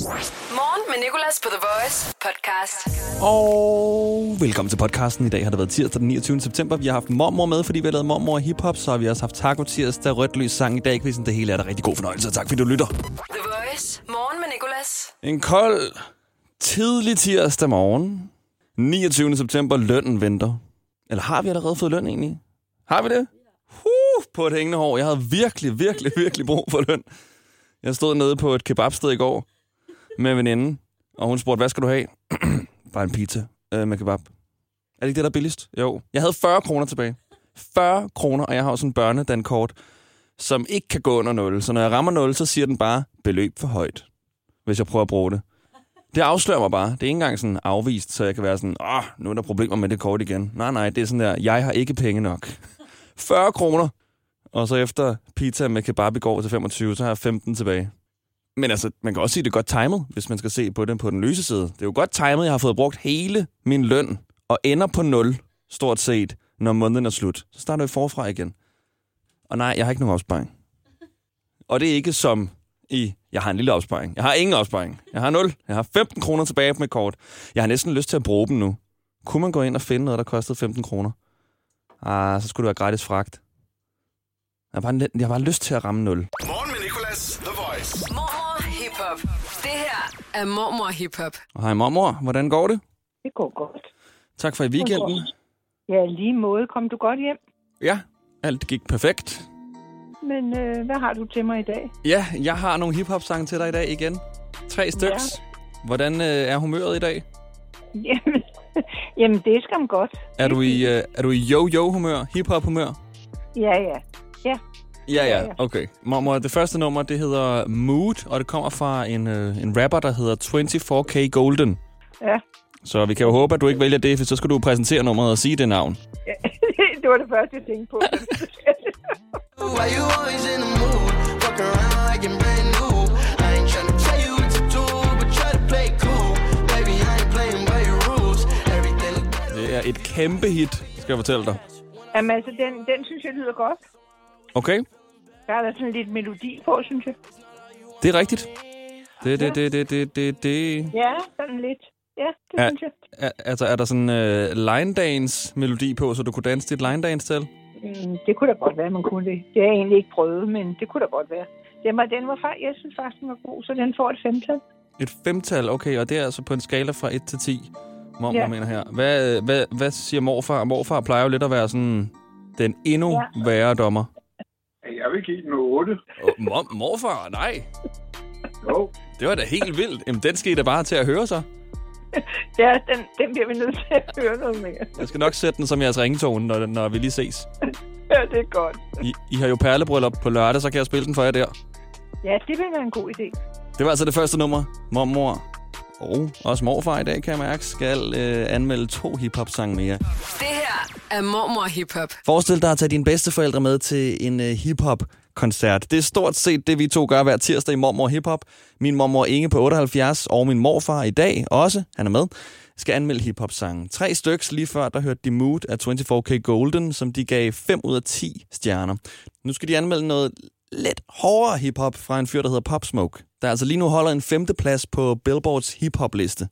Morgen med Nicolas på The Voice podcast. Og velkommen til podcasten. I dag har det været tirsdag den 29. september. Vi har haft mormor med, fordi vi har lavet mormor hiphop. Så har vi også haft taco tirsdag, rødt lys sang i dag. Det hele er der rigtig god fornøjelse. Tak fordi du lytter. The Voice. Morgen med Nicolas. En kold, tidlig tirsdag morgen. 29. september. Lønnen venter. Eller har vi allerede fået løn egentlig? Har vi det? På et hængende hår. Jeg havde virkelig brug for løn. Jeg stod nede på et kebabsted i går med en veninde, og hun spurgte, hvad skal du have? Bare en pizza med kebab. Er det ikke det, der er billigst? Jo. Jeg havde 40 kroner tilbage. 40 kroner, og jeg har også en børnedankort, som ikke kan gå under 0. Så når jeg rammer 0, så siger den bare, beløb for højt, hvis jeg prøver at bruge det. Det afslører mig bare. Det er ikke engang sådan afvist, så jeg kan være sådan, nu er der problemer med det kort igen. Nej, det er sådan der, jeg har ikke penge nok. 40 kroner. Og så efter pizza med kebab i går til 25, så har jeg 15 tilbage. Men altså, man kan også sige, det er godt timet, hvis man skal se på det på den lyse side. Det er jo godt timet, jeg har fået brugt hele min løn, og ender på 0, stort set, når måneden er slut. Så starter vi forfra igen. Og nej, jeg har ikke nogen opsparing. Og det er ikke som i, jeg har en lille opsparing. Jeg har ingen opsparing. Jeg har 0. Jeg har 15 kroner tilbage på mit kort. Jeg har næsten lyst til at bruge dem nu. Kunne man gå ind og finde noget, der kostede 15 kroner? Så skulle det være gratis fragt. Jeg har bare lyst til at ramme 0. Morgen med Nicolas, The Voice. Mormor hiphop. Det her er mormor hiphop. Hej mormor, hvordan går det? Det går godt. Tak for i weekenden. Ja, lige måde. Kom du godt hjem? Ja, alt gik perfekt. Men hvad har du til mig i dag? Ja, jeg har nogle hiphop-sange til dig i dag igen. 3 styks. Ja. Hvordan er humøret i dag? Jamen det er skam godt. Er du i yo-yo-humør? Hiphop-humør? Ja, okay. Mormor, det første nummer, det hedder Mood, og det kommer fra en rapper, der hedder 24K Golden. Ja. Så vi kan jo håbe, at du ikke vælger det, for så skal du præsentere nummeret og sige det navn. Ja, det var det første, jeg tænkte på. Det er et kæmpe hit, skal jeg fortælle dig. Jamen altså, den synes jeg lyder godt. Okay. Der er der sådan lidt melodi på, synes jeg. Det er rigtigt. Det. Ja, sådan lidt. Ja, det synes jeg. Altså, er der sådan line dance melodi på, så du kunne danse dit line dance til? Det kunne da godt være, man kunne det. Det har jeg egentlig ikke prøvet, men det kunne da godt være. Jeg synes faktisk, den var god, så den får et 5-tal. Et 5-tal, okay, og det er altså på en skala fra 1 til 10. Mormor mener her. Hvad siger morfar? Morfar plejer jo lidt at være sådan den endnu værre dommer. Jeg vil give den 8. Morfar? Nej. Jo. Det var da helt vildt. Jamen, den skal I da bare til at høre så. Ja, den bliver vi nødt til at høre noget mere. Jeg skal nok sætte den som jeres ringetone, når vi lige ses. Ja, det er godt. I har jo perlebryllup på lørdag, så kan jeg spille den for jer der. Ja, det vil være en god idé. Det var altså det første nummer. Mormor og også morfar i dag, kan jeg mærke, skal anmelde 2 hiphop-sange mere. Det her er mormor hiphop. Forestil dig at tage dine bedsteforældre med til en hiphop-koncert. Det er stort set det, vi to gør hver tirsdag i Mormor Hiphop. Min mormor Inge på 78 og min morfar i dag også, han er med, skal anmelde hiphop-sange. 3 styks lige før, der hørte de Mood af 24K Golden, som de gav 5 ud af 10 stjerner. Nu skal de anmelde noget lidt hårdere hiphop fra en fyr, der hedder Pop Smoke, der altså lige nu holder en 5. plads på Billboards hiphop-liste.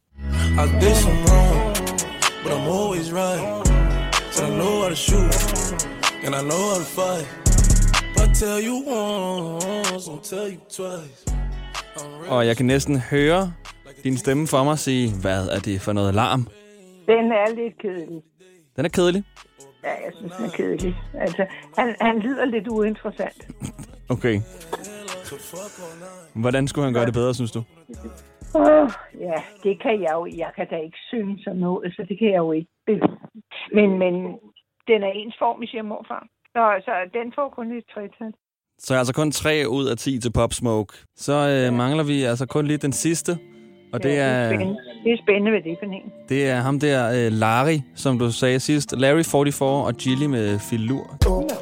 Og jeg kan næsten høre din stemme for mig sige, hvad er det for noget larm? Den er lidt kedelig. Den er kedelig? Ja, jeg synes, den er kedelig. Altså, han lyder lidt uinteressant. Okay. Hvordan skulle han gøre det bedre, synes du? Ja, det kan jeg jo. Jeg kan da ikke synge sådan noget, så det kan jeg jo ikke. Men den er ensformig, siger morfar. Så den får kun et 3-tal. Så altså kun 3 ud af 10 til Pop Smoke. Så mangler vi altså kun lige den sidste. Og det er spændende, hvad det er for en. Det er ham der, Larry, som du sagde sidst. Larry 44 og Gilly med Filur.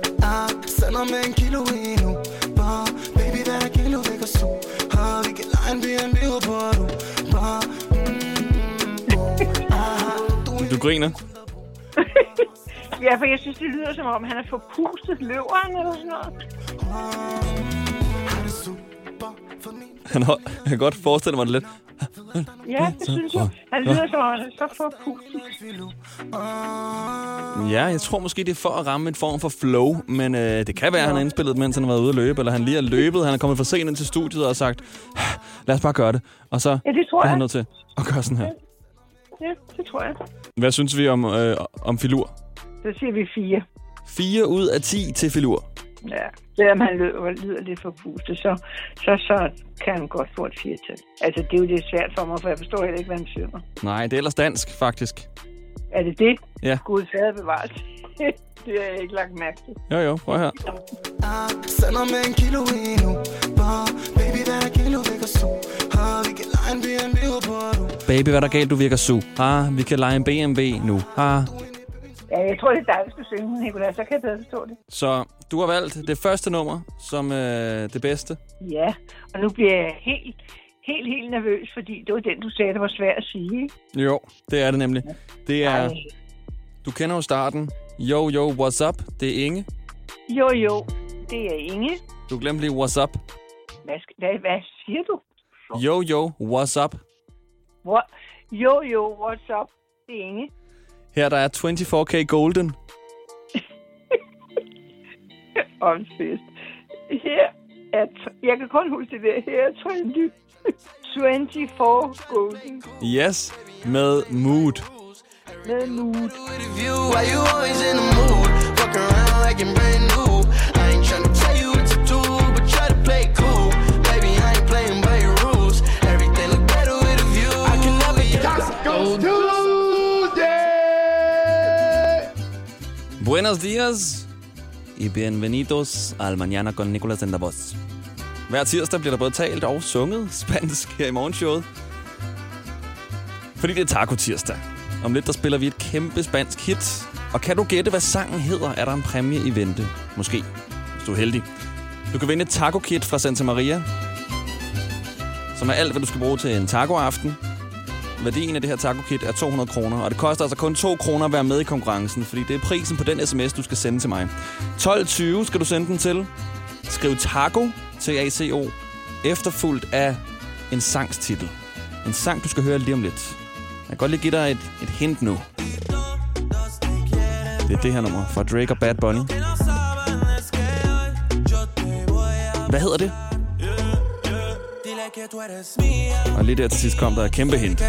Du griner? Ja, for jeg synes, det lyder som om, han har forpustet løveren eller sådan noget. Jeg kan godt forestille mig det lidt. Ja, det synes jeg. Han lyder så forpustet. Ja, jeg tror måske, det er for at ramme en form for flow, men det kan være, at han har indspillet, mens han har været ude at løbe, eller han lige har løbet, han er kommet for sent ind til studiet og har sagt, lad os bare gøre det. Og så det tror er han jeg. nødt til at gøre sådan her. Ja, det tror jeg. Hvad synes vi om Filur? Så siger vi 4. 4 ud af 10 til Filur. Ja, selvom han lyder lidt forpustet, så kan han godt få et 4-tal. Altså, det er jo lidt svært for mig, for jeg forstår heller ikke, hvad han synger. Nej, det er ellers dansk, faktisk. Er det det? Ja. Gud fader bevaret. Det har jeg ikke lagt mærke til. Jo, prøv her. Sender med en kilo endnu. Baby, hvad er kilo, virker su. Vi kan lege en BMW på du. Baby, hvad der galt, du virker su. Vi kan lege en BMW nu. Ja, jeg tror, det er dig, der skal synge den, Nicolás. Så kan jeg bedre forstå det. Så du har valgt det første nummer som det bedste? Ja, og nu bliver jeg helt nervøs, fordi det var den, du sagde, der var svært at sige, ikke? Jo, det er det nemlig. Det er... Ej. Du kender jo starten. Yo, what's up? Det er Inge. Jo, det er Inge. Du glemte lige what's up. Hvad siger du? Yo, what's up? Jo, what's up? Det er Inge. Her der er 24K Golden. Åndsfest. Her er... Jeg kan kun huske det der. Her er 24 Golden. Yes, med Mood. Med Mood. Why you always in the mood? Fuck around like I'm brand new. I ain't tryna tell you what to do, but try to play cool. Baby, I ain't playing by your rules. Everything look better with a view. I can never get Buenos días y bienvenidos al Mañana con Nicolás en la Voz. Hver tirsdag bliver der både talt og sunget spansk her i morgenshowet. Fordi det er taco-tirsdag. Om lidt der spiller vi et kæmpe spansk hit. Og kan du gætte, hvad sangen hedder, er der en præmie i vente. Måske, hvis du er heldig. Du kan vinde et taco-kit fra Santa Maria, som er alt, hvad du skal bruge til en taco-aften. Værdien af det her taco-kit er 200 kroner, og det koster altså kun 2 kroner at være med i konkurrencen, fordi det er prisen på den sms, du skal sende til mig. 12.20 skal du sende den til. Skriv taco til ACO, efterfulgt af en sangstitel. En sang, du skal høre lige om lidt. Jeg kan godt lige give dig et hint nu. Det er det her nummer fra Drake og Bad Bunny. Hvad hedder det? Og lige der til sidst kom der et kæmpe hint.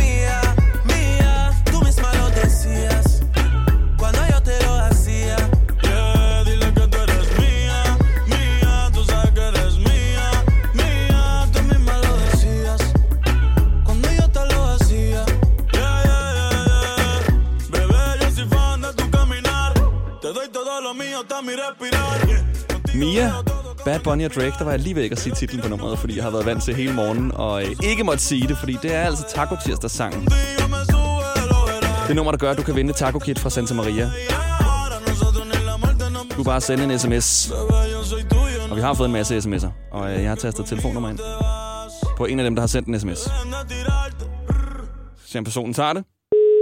Mia, Bad Bunny og Drake, der var jeg lige ved ikke at sige titlen på nummeret, fordi jeg har været vant til hele morgenen og ikke måtte sige det, fordi det er altså taco-tirsdagssangen. Det nummer, der gør, at du kan vinde taco-kit fra Santa Maria. Du kan bare sende en sms. Og vi har fået en masse sms'er, og jeg har tastet telefonnummer ind på en af dem, der har sendt en sms. Se om personen tager det.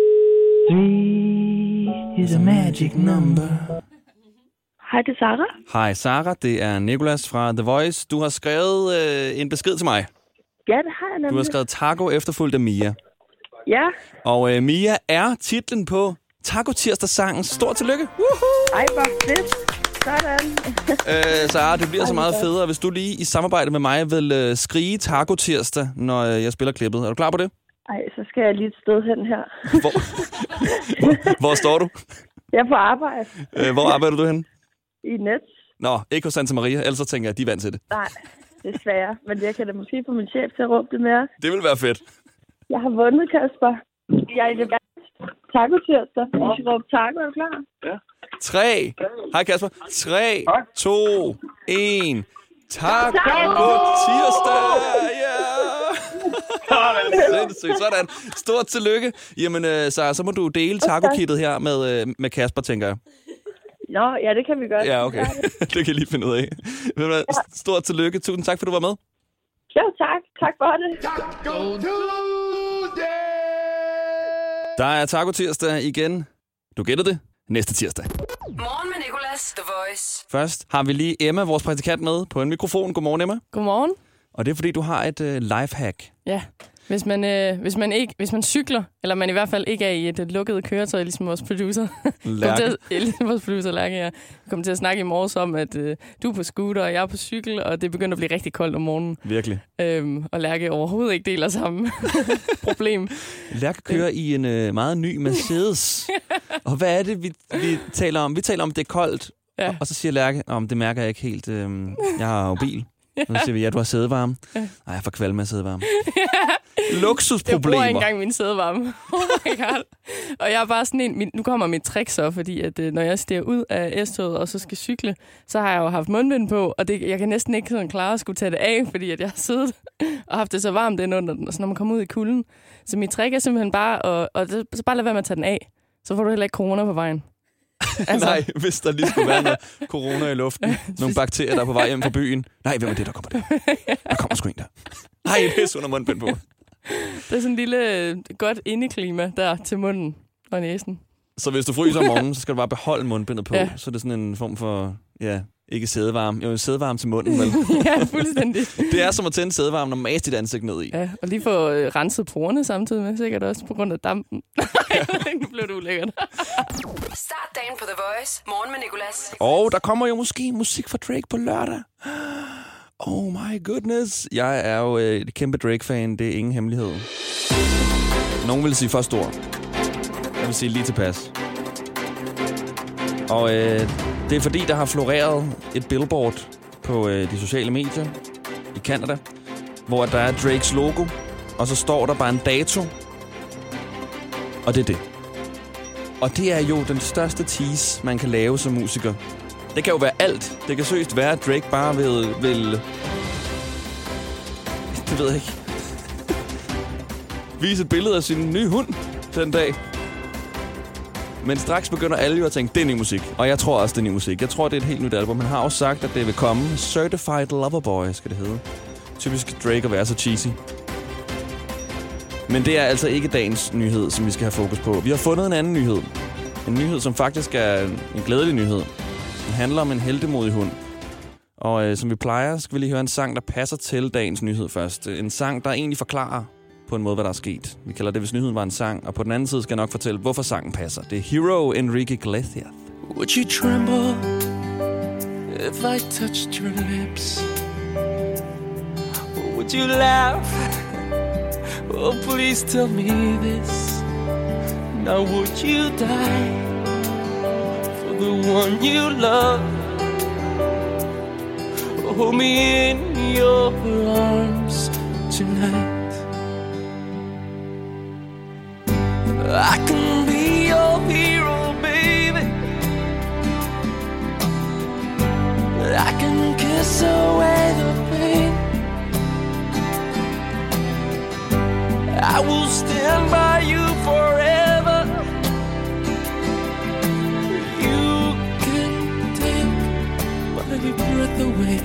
3 is a magic number. Hej, det er Sarah. Hej Sarah, det er Nicolás fra The Voice. Du har skrevet en besked til mig. Ja, det har jeg nemlig. Du har skrevet taco efterfulgt af Mia. Ja. Og Mia er titlen på taco-tirsdagssangen. Stort tillykke. Ej, hvor fedt. Sådan. Sarah, det bliver så meget federe, hvis du lige i samarbejde med mig vil skrige taco-tirsdag, når jeg spiller klippet. Er du klar på det? Ej, så skal jeg lige et sted hen her. Hvor står du? Jeg er på arbejde. Hvor arbejder du henne? I Net. Nå, ikke hos Santa Maria, ellers så tænker jeg, at de er vant til det. Nej, desværre. Men jeg kan da måske få min chef til at råbe det mere. Det vil være fedt. Jeg har vundet, Kasper. Jeg er i det taco-tirsdag. Vi skal råbe taco, er du klar? Ja. 3. Hej Kasper. 3, 2, 1. Taco-tirsdag! Ja! Sindssygt, sådan. Stort tillykke. Jamen, så må du dele taco-kittet her med Kasper, tænker jeg. Nå, ja, det kan vi gøre. Ja, okay. Det kan jeg lige finde ud af. Stort tillykke. Tusind tak, for du var med. Jo, tak. Tak for det. Der er taco-tirsdag igen. Du gætter det. Næste tirsdag. Morgen med Nicolás, The Voice. Først har vi lige Emma, vores praktikant, med på en mikrofon. Godmorgen, Emma. Godmorgen. Og det er, fordi du har et lifehack. Ja. Hvis man cykler, eller man i hvert fald ikke er i et lukket køretøj, ligesom vores producer. Vores producer Lærke, ja. Vi kommer til at snakke i morges om, at du er på scooter, og jeg er på cykel, og det begynder at blive rigtig koldt om morgenen. Virkelig. Og Lærke overhovedet ikke deler samme problem. Lærke kører i en meget ny Mercedes. Og hvad er det, vi taler om? Vi taler om, det er koldt. Ja. Og så siger Lærke, det mærker jeg ikke helt. Jeg har jo bil. Nu siger vi, du har sædevarme. Nej, jeg får kvalme af sædevarme. Luksusproblemer. Jeg bruger ikke engang min sædevarme. Oh my god. Og jeg er bare sådan nu kommer mit trick så, fordi at når jeg stiger ud af S-toget og så skal cykle, så har jeg jo haft mundbind på, og jeg kan næsten ikke sådan klare at skulle tage det af, fordi at jeg har siddet og haft det så varmt ind under den, og så når man kommer ud i kulden. Så mit trick er simpelthen bare, så bare lad være med at tage den af. Så får du heller ikke corona på vejen. Altså. Nej, hvis der lige skulle være noget corona i luften. Nogle bakterier, der er på vej hjem fra byen. Nej, hvem er det, der kommer der? Der kommer sgu en der. Nej, det er sådan under mundbind på. Det er sådan en lille godt indeklima der til munden og næsen. Så hvis du fryser om morgenen, så skal du bare beholde mundbindet på. Ja. Så er det sådan en form for, ikke sædevarme. Jo, sædevarme til munden, vel? Ja, fuldstændig. Det er som at tænde sædevarme og mase dit ansigt ned i. Ja, og lige få renset porerne samtidig med, sikkert også på grund af dampen. Nu blev det ulækkert. Start dagen på The Voice. Morgen med Nicolas. Og der kommer jo måske musik fra Drake på lørdag. Oh my goodness. Jeg er jo et kæmpe Drake-fan. Det er ingen hemmelighed. Nogen vil sige for stor. Jeg vil sige lige tilpas. Og det er fordi, der har floreret et billboard på de sociale medier i Canada, hvor der er Drakes logo, og så står der bare en dato. Og det er det. Og det er jo den største tease, man kan lave som musiker. Det kan jo være alt. Det kan seriøst være, at Drake bare vil... Det ved jeg ikke. Vise et billede af sin nye hund den dag. Men straks begynder alle jo at tænke, det er ny musik. Og jeg tror også, det er ny musik. Jeg tror, det er et helt nyt album. Han har også sagt, at det vil komme. Certified Lover Boy skal det hedde. Typisk Drake at være så cheesy. Men det er altså ikke dagens nyhed, som vi skal have fokus på. Vi har fundet en anden nyhed. En nyhed, som faktisk er en glædelig nyhed. Den handler om en heltemodig hund. Og som vi plejer, skal vi lige høre en sang, der passer til dagens nyhed først. En sang, der egentlig forklarer på en måde, hvad der er sket. Vi kalder det, hvis nyheden var en sang. Og på den anden side skal jeg nok fortælle, hvorfor sangen passer. Det er Hero, Enrique Iglesias. Would you tremble if I touched your lips? Or would you laugh? Oh, please tell me this. Now would you die for the one you love? Hold me in your arms tonight. I can be your hero, baby. I can kiss away the pain. I will stand by you forever. You can take my breath away.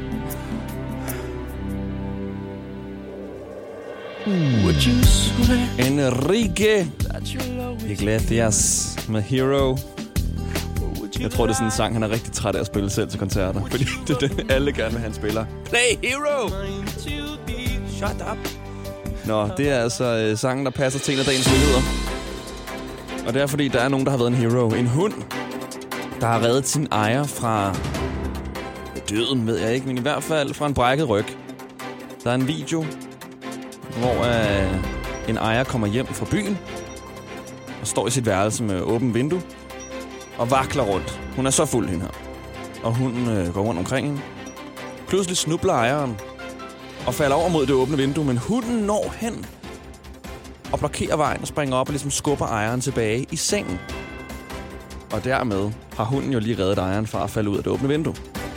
Would you swear Enrique Iglesias med Hero. Jeg tror, det er sådan en sang, han er rigtig træt af at spille selv til koncerter. Fordi det er det, alle gerne vil have, han spiller. Play Hero! Shut up! Nå, det er altså sangen, der passer til en af dagens nyheder. Og det er, fordi der er nogen, der har været en hero. En hund, der har reddet sin ejer fra døden, ved jeg ikke, men i hvert fald fra en brækket ryg. Der er en video, hvor en ejer kommer hjem fra byen og står i sit værelse med åbent vindue og vakler rundt. Hun er så fuld, hende her. Og hunden går rundt omkring hende. Pludselig snubler ejeren og falder over mod det åbne vindue, men hunden når hen og blokerer vejen og springer op og ligesom skubber ejeren tilbage i sengen. Og dermed har hunden jo lige reddet ejeren fra at falde ud af det åbne vindue.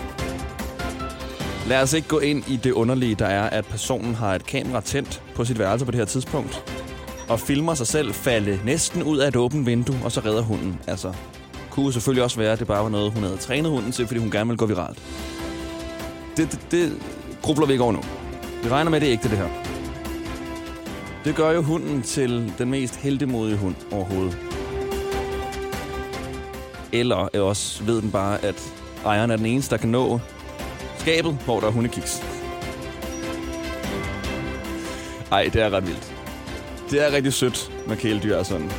Lad os ikke gå ind i det underlige, der er, at personen har et kamera tændt på sit værelse på det her tidspunkt og filmer sig selv falde næsten ud af et åbent vindue, og så redder hunden. Altså, kunne selvfølgelig også være, at det bare var noget, hun havde trænet hunden til, fordi hun gerne ville gå viralt. Det grubler vi ikke over nu. Vi regner med, det er ægte, det her. Det gør jo hunden til den mest heltemodige hund overhovedet. Eller også ved den bare, at ejeren er den eneste, der kan nå skabet, hvor der er hundekiks. Ej, det er ret vildt. Det er rigtig sødt med kæledyr og sådan.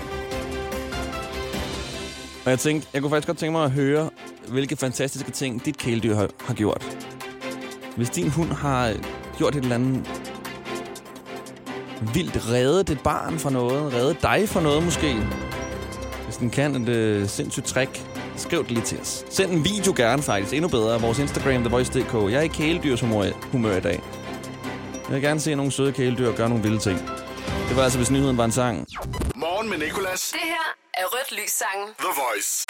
Og jeg tænkte, jeg kunne faktisk godt tænke mig at høre, hvilke fantastiske ting dit kæledyr har gjort. Hvis din hund har gjort et eller andet vildt, reddet et barn for noget, reddet dig for noget måske. Hvis den kan et sindssygt trick, skriv det lige til os. Send en video gerne faktisk, endnu bedre. Vores Instagram, TheVoice.dk. Jeg er i kæledyrshumør i dag. Jeg vil gerne se nogle søde kæledyr gøre nogle vilde ting. Det var altså, hvis nyheden var en sang. Morgen med Nicolas. Det her er Rødt Lys-sangen. The Voice.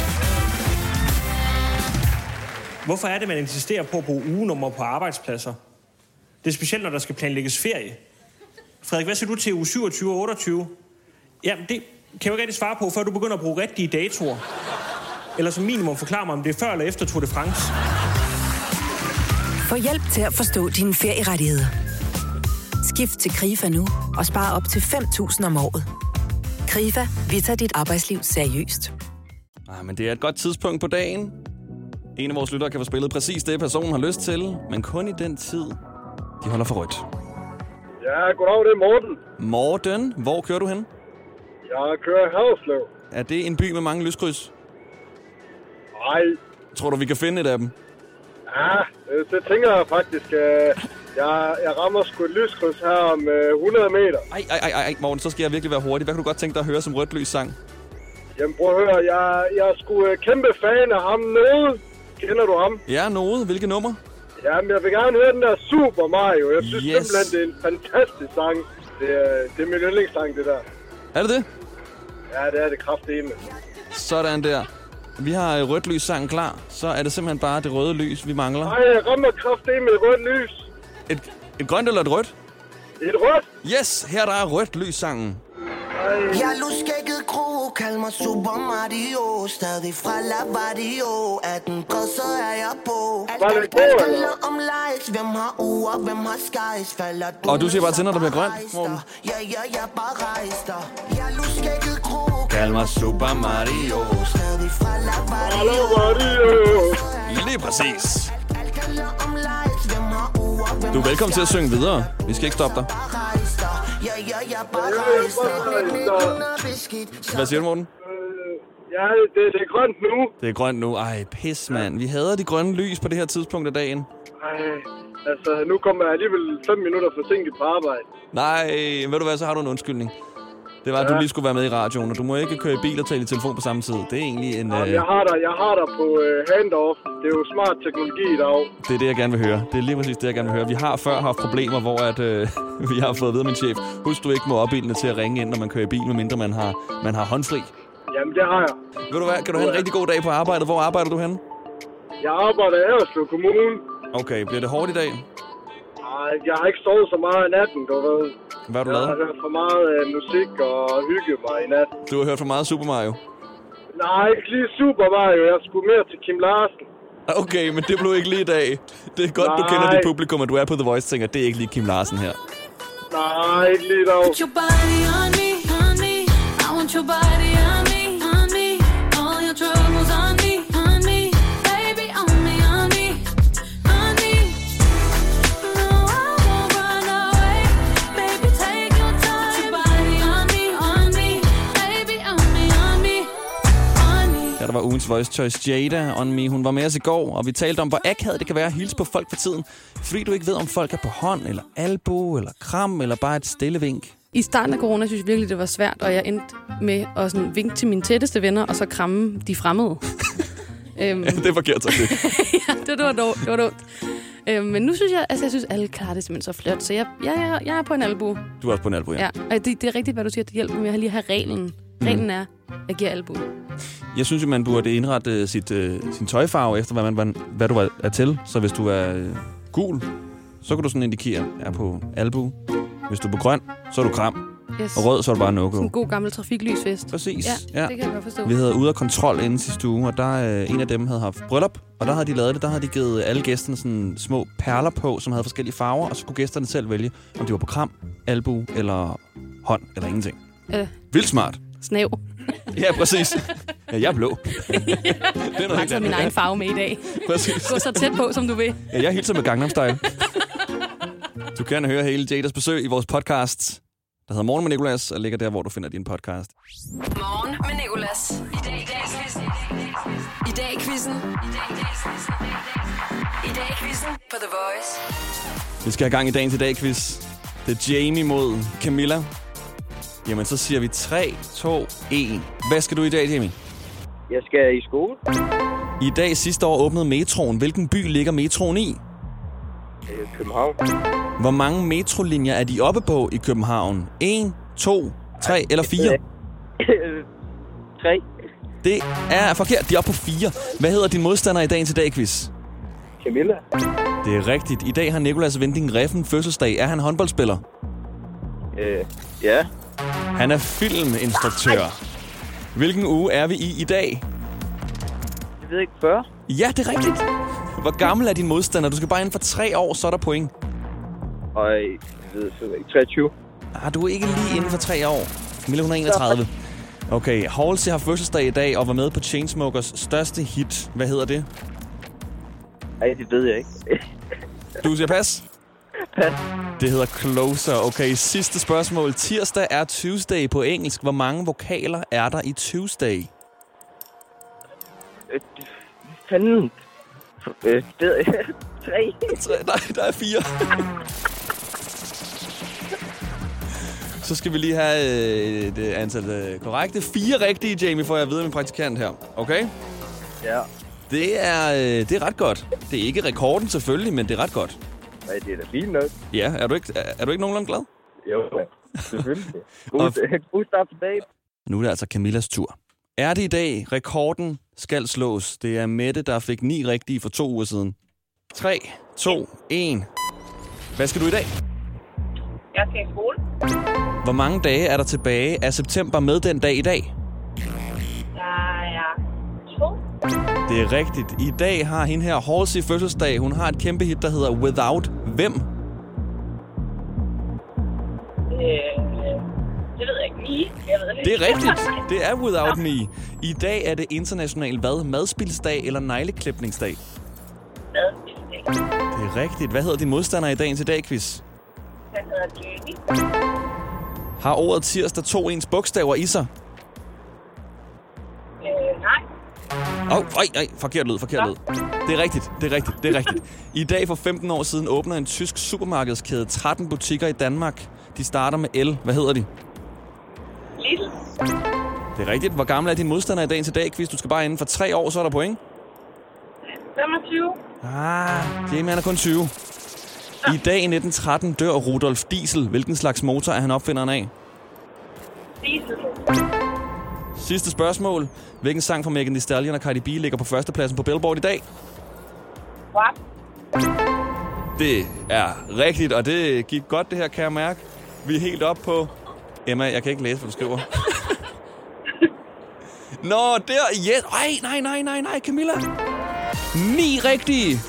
Hvorfor er det, man insisterer på at bruge ugenummer på arbejdspladser? Det er specielt, når der skal planlægges ferie. Frederik, hvad siger du til uge 27 og 28? Jamen, det kan jeg jo ikke rigtig svare på, før du begynder at bruge rigtige datoer. Eller som minimum forklare mig, om det er før eller efter Tour de France. Få hjælp til at forstå dine ferierettigheder. Skift til KRIFA nu og spar op til 5.000 om året. KRIFA, vi tager dit arbejdsliv seriøst. Men det er et godt tidspunkt på dagen. En af vores lyttere kan få spillet præcis det, personen har lyst til, men kun i den tid, de holder for rødt. Ja, goddag, det er Morten. Morten, hvor kører du hen? Jeg kører i Haderslev. Er det en by med mange lyskryds? Nej. Tror du, vi kan finde et af dem? Ja, det tænker jeg faktisk. Jeg rammer sgu et lyskryds her om 100 meter. Ej, Morten, så skal jeg virkelig være hurtig. Hvad kan du godt tænke dig at høre som Rødt Lys-sang? Jamen prøv at høre, jeg er sgu kæmpe fan af ham Node. Kender du ham? Ja, Node. Hvilket nummer? Jamen, jeg vil gerne høre den der Super Mario. Jeg synes simpelthen, det er en fantastisk sang. Det er min yndlingssang, det der. Er det det? Ja, det er det kraftedeme. Sådan der. Vi har Rødt Lys-sangen klar. Så er det simpelthen bare det røde lys, vi mangler. Nej, jeg rammer kraftedeme et rødt lys. Et grønt eller et rødt? Et rødt? Yes, her der er Rødt Lys-sangen. Jeg luskækket kro, kald mig Super Mario. Stadig fra Lavadio. 18 plus, så er jeg på. Alt handler om likes. Hvem har uger, hvem har skies? Falder du? Og du siger bare til, når der bliver grønt, Morten. Ja, bare rejs dig. Jeg luskækket kro, kald mig Super Mario. Stadig fra Lavadio. Lige præcis. Alt handler om likes. Hvem har uger, hvem Du er velkommen til at synge videre. Vi skal ikke stoppe dig. Hvad siger du, Morten? Ja, det er grønt nu. Det er grønt nu. Ej, pis, mand. Vi hader de grønne lys på det her tidspunkt af dagen. Ej, altså, nu kommer jeg alligevel 5 minutter forsinket på arbejde. Nej, ved du hvad, så har du en undskyldning. Det var, at du lige skulle være med i radioen, og du må ikke køre i bil og tale i telefon på samme tid. Det er egentlig en... Jeg har dig på handoff. Det er jo smart teknologi i dag. Det er det, jeg gerne vil høre. Det er lige præcis det, jeg gerne vil høre. Vi har før haft problemer, hvor vi har fået at vide af min chef. Husk, du ikke må opildne til at ringe ind, når man kører i bil, medmindre man har håndfri. Jamen, det har jeg. Ved du hvad, kan du have en rigtig god dag på arbejdet? Hvor arbejder du henne? Jeg arbejder i Haderslev Kommune. Okay, bliver det hårdt i dag? Nej, jeg har ikke sovet så meget i natten, du ved. Hvad har du lavet? Jeg har hørt for meget musik og hygget mig i nat. Du har hørt for meget Super Mario? Nej, ikke lige Super Mario. Jeg skulle mere til Kim Larsen. Okay, men det blev ikke lige i dag. Det er godt, du kender dit publikum, og du er på The Voice, tænker, det er ikke lige Kim Larsen her. Nej, ikke lige dog. Put your body on me, on me. I want your body on me, on me. All your troubles on me, on me. Baby, on me, on me, on me. No, I won't run away. Baby, take your time. Put your body on me, baby, on me, on me, on me. Ja, der var ugens Voice Choice Jada on me. Hun var med os i går, og vi talte om, hvor akavet det kan være at hilse på folk for tiden. Fordi du ikke ved, om folk er på hånd, eller albu, eller kram, eller bare et stille vink. I starten af corona synes jeg virkelig, det var svært, og jeg endte med at sådan vinke til mine tætteste venner, og så kramme de fremmede. Det er forkert, så det. Ja, det var dumt. Men nu synes jeg, jeg synes, alle klarer det simpelthen så flot, så jeg er på en albu. Du er også på en albu, ja. Og det er rigtigt, hvad du siger, det hjælper med at lige have reglen. Reglen er, at give albu. Jeg synes jo, man burde indrette sin tøjfarve efter, hvad du er til. Så hvis du er gul, så kan du sådan indikere, at jeg er på albu. Hvis du er på grøn, så er du kram. Yes. Og rød, så er du bare no-go. Sådan en god gammel trafiklysfest. Præcis. Ja, det kan jeg godt forstå. Vi havde ude af kontrol inden sidste uge, og der en af dem havde haft bryllup, og der havde de lavet det. Der havde de givet alle gæsterne sådan små perler på, som havde forskellige farver, og så kunne gæsterne selv vælge, om de var på kram, albu eller hånd, eller ingenting. Vildt smart. Snæv. Ja, præcis. Ja, jeg er blå. Det er jeg har taget min egen farve med i dag. Præcis. Gå så tæt på, som du vil. Ja, jeg hilser med Gangnam Style. Du kan høre hele Jaders besøg i vores podcast, der hedder Morgen med Nicolas, og ligger der, hvor du finder din podcast. Morgen med Nicolas. I dag i quizzen på The Voice. Vi skal have gang i dagen til dag-quiz. Det er Jamie mod Camilla. Jamen, så siger vi 3, 2, 1. Hvad skal du i dag, Jamie? Jeg skal i skole. I dag sidste år åbnede metroen. Hvilken by ligger metroen i? København. Hvor mange metrolinjer er de oppe på i København? 1, 2, 3 eller 4? 3. Det er forkert. De er oppe på 4. Hvad hedder din modstander i dagen til dag-quiz? Camilla. Det er rigtigt. I dag har Nicolas Winding Refn fødselsdag. Er han håndboldspiller? Ja. Han er filminstruktør. Hvilken uge er vi i dag? Jeg ved ikke, 40. Ja, det er rigtigt. Hvor gammel er din modstander? Du skal bare inden for 3 år, så er der point. Og jeg ved ikke, 23. Du er ikke lige inden for 3 år. Camilla, hun er 31. Okay, Halsey har fødselsdag i dag og var med på Chainsmokers største hit. Hvad hedder det? Ej, det ved jeg ikke. Du siger pas? Pas. Det hedder Closer. Okay, sidste spørgsmål. Tirsdag er Tuesday på engelsk. Hvor mange vokaler er der i Tuesday? Fanden. 3. Nej, der er 4. Så skal vi lige have det antal korrekte. 4 rigtige, Jamie, får jeg at vide af min praktikant her. Okay? Ja. Det er ret godt. Det er ikke rekorden selvfølgelig, men det er ret godt. Nej, det er da fint nok. Ja, er du ikke nogenlunde glad? Jo, selvfølgelig. God start på dagen. Nu er det altså Camillas tur. Er det i dag, rekorden skal slås? Det er Mette, der fik 9 rigtige for 2 uger siden. 3, 2, 1. Hvad skal du i dag? Jeg skal i skole. Hvor mange dage er der tilbage af september med den dag i dag? Der er 2. Det er rigtigt. I dag har hende her Halsey fødselsdag. Hun har et kæmpe hit, der hedder Without. Hvem? Det ved jeg ikke. Me. Det er rigtigt. Det er Without Me. I dag er det international hvad? Madspilsdag eller negleklipningsdag? Madspilsdag. Det er rigtigt. Hvad hedder din modstander i dagen til dag-quiz? Han hedder Jamie. Har ordet tirsdag 2 ens bogstaver i sig? Nej. Forkert lyd. Det er rigtigt. I dag for 15 år siden åbner en tysk supermarkedskæde 13 butikker i Danmark. De starter med L. Hvad hedder de? Lidl. Det er rigtigt. Hvor gammel er din modstander i dagen til dag-quiz? Du skal bare inden for 3 år, så er der point. 25. Jamie, han er kun 20. I dag i 1913 dør Rudolf Diesel. Hvilken slags motor er han opfinderen af? Diesel. Sidste spørgsmål. Hvilken sang fra Megan Thee Stallion og Cardi B ligger på førstepladsen på Billboard i dag? What? Det er rigtigt, og det gik godt, det her, kan jeg mærke. Vi er helt op på... Emma, jeg kan ikke læse, hvad du skriver. Nå, der... Yes. Ej, nej, Camilla. 9 rigtige.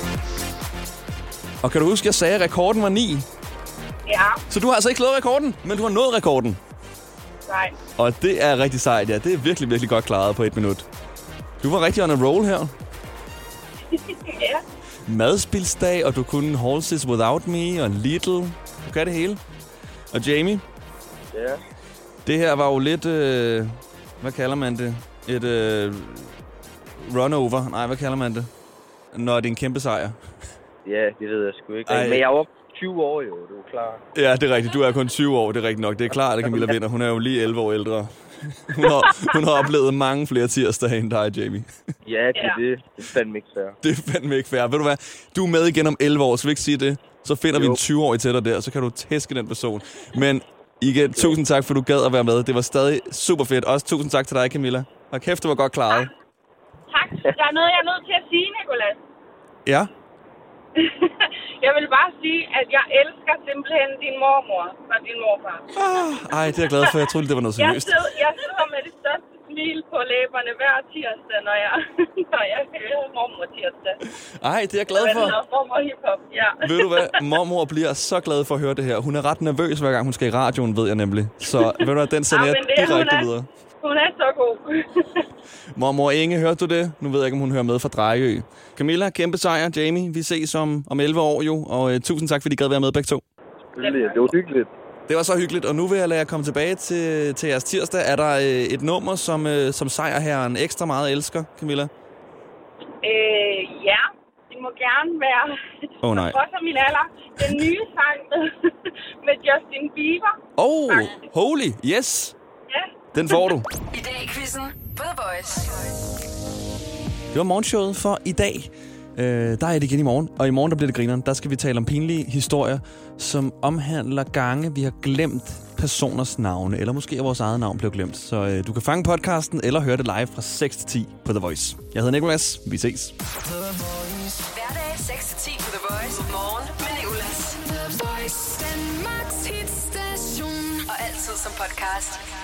Og kan du huske, jeg sagde, at rekorden var 9? Ja. Så du har altså ikke slået rekorden, men du har nået rekorden. Nej. Og det er rigtig sejt, ja. Det er virkelig, virkelig godt klaret på 1 minut. Du var rigtig on a roll her. Ja. Madspilsdag, og du kunne Halsey's Without Me og Lidl. Du kan det hele. Og Jamie? Ja. Det her var jo lidt... hvad kalder man det? Et runover. Nej, hvad kalder man det? Når det er en kæmpe sejr. Ja, det ved jeg sgu ikke. Men jeg var 20 år jo, du er klar. Ja, det er rigtigt. Du er kun 20 år, det er rigtigt nok. Det er klart, at Camilla vinder. Hun er jo lige 11 år ældre. Hun har oplevet mange flere tirsdage end dig, Jamie. Ja, det er det. Det er fandme ikke fair. Det er fandme ikke fair. Ved du hvad? Du er med igen om 11 år, så vil ikke sige det. Så finder vi en 20-årig til dig der, så kan du tæske den person. Men igen, tusind tak, for du gad at være med. Det var stadig super fedt. Også tusind tak til dig, Camilla. Og kæft, det var godt klaret. Tak. Der er noget, jeg er nødt til at sige, Nicolas. Ja? Jeg vil bare sige, at jeg elsker simpelthen din mormor og din morfar. Ej, det er jeg glad for. Jeg troede, det var noget seriøst. Jeg sidder med det største smil på læberne hver tirsdag, når jeg hører mormor tirsdag. Ej, det er jeg glad for. Mormor hiphop, ja. Ved du hvad? Mormor bliver så glad for at høre det her. Hun er ret nervøs, hver gang hun skal i radioen, ved jeg nemlig. Så ved du hvad, den sender jeg direkte videre. Hun er så god. Mormor Inge, hørte du det? Nu ved jeg ikke, om hun hører med fra Drejø. Camilla, kæmpe sejr. Jamie, vi ses om 11 år jo. Og tusind tak, fordi I gad være med begge to. Det var hyggeligt. Det var så hyggeligt, og nu vil jeg lade jer komme tilbage til jeres tirsdag. Er der et nummer, som sejrherren ekstra meget elsker, Camilla? Ja, det må gerne være, nej. trods af min alder, den nye sang med Justin Bieber. Holy, yes. Ja. Den får du. I dag i quizzen på The Voice. Det var morgenshowet for i dag. Der er det igen i morgen, og i morgen der bliver det grineren. Der skal vi tale om pinlige historier, som omhandler gange, vi har glemt personers navne, eller måske vores eget navn blev glemt. Så du kan fange podcasten eller høre det live fra 6 til 10 på The Voice. Jeg hedder Nicolas. Vi ses. Hverdag 6 til 10 på The Voice. Morgen med Nicolas. The Voice. Danmarks hitstation. Og altid som podcast.